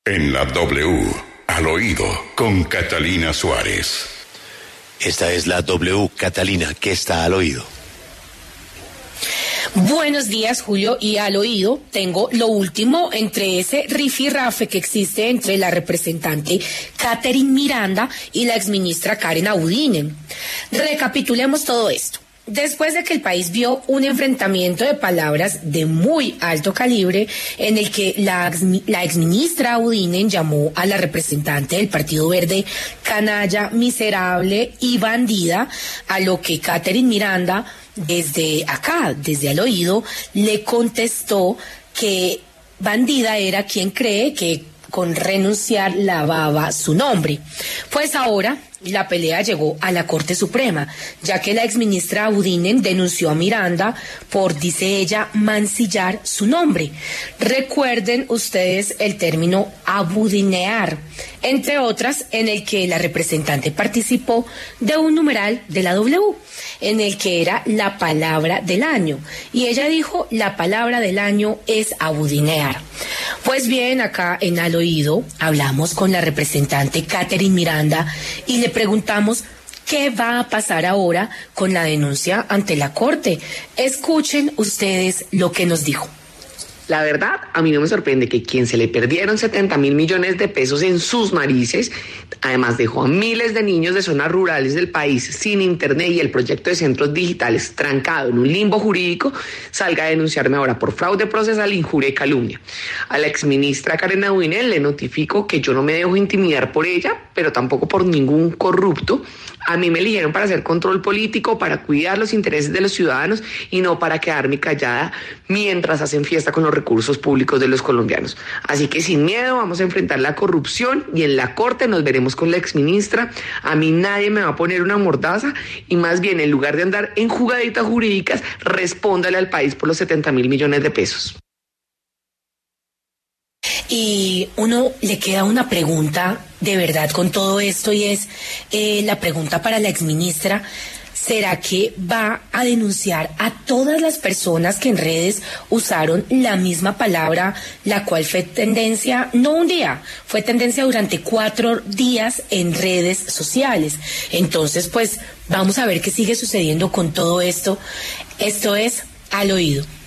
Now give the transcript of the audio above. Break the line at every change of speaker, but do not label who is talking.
En la W, al oído, con Catalina Suárez.
Esta es la W, Catalina, que está al oído.
Buenos días, Julio, y al oído tengo lo último entre ese rifirrafe que existe entre la representante Catherine Miranda y la exministra Karen Abudinen. Recapitulemos todo esto. Después de que el país vio un enfrentamiento de palabras de muy alto calibre en el que la exministra Abudinen llamó a la representante del Partido Verde canalla, miserable y bandida, a lo que Catherine Miranda desde acá, desde al oído, le contestó que bandida era quien cree que con renunciar lavaba su nombre. Pues ahora la pelea llegó a la Corte Suprema, ya que la exministra Abudinen denunció a Miranda por, dice ella, mancillar su nombre. Recuerden ustedes el término abudinear, entre otras, en el que la representante participó de un numeral de la W, en el que era la palabra del año, y ella dijo, la palabra del año es abudinear. Pues bien, acá en Al Oído hablamos con la representante Catherine Miranda y le preguntamos qué va a pasar ahora con la denuncia ante la Corte. Escuchen ustedes lo que nos dijo.
La verdad, a mí no me sorprende que quien se le perdieron 70.000 millones de pesos en sus narices, además dejó a miles de niños de zonas rurales del país sin internet y el proyecto de centros digitales trancado en un limbo jurídico, salga a denunciarme ahora por fraude procesal, injuria y calumnia. A la exministra Karen Abudinen le notifico que yo no me dejo intimidar por ella, pero tampoco por ningún corrupto. A mí me eligieron para hacer control político, para cuidar los intereses de los ciudadanos y no para quedarme callada mientras hacen fiesta con los recursos públicos de los colombianos. Así que sin miedo vamos a enfrentar la corrupción y en la Corte nos veremos con la exministra. A mí nadie me va a poner una mordaza y más bien en lugar de andar en jugaditas jurídicas, respóndale al país por los 70.000 millones de pesos.
Y uno le queda una pregunta de verdad con todo esto y es la pregunta para la exministra. ¿Será que va a denunciar a todas las personas que en redes usaron la misma palabra, la cual fue tendencia, no un día, fue tendencia durante 4 días en redes sociales? Entonces, pues, vamos a ver qué sigue sucediendo con todo esto. Esto es Al Oído.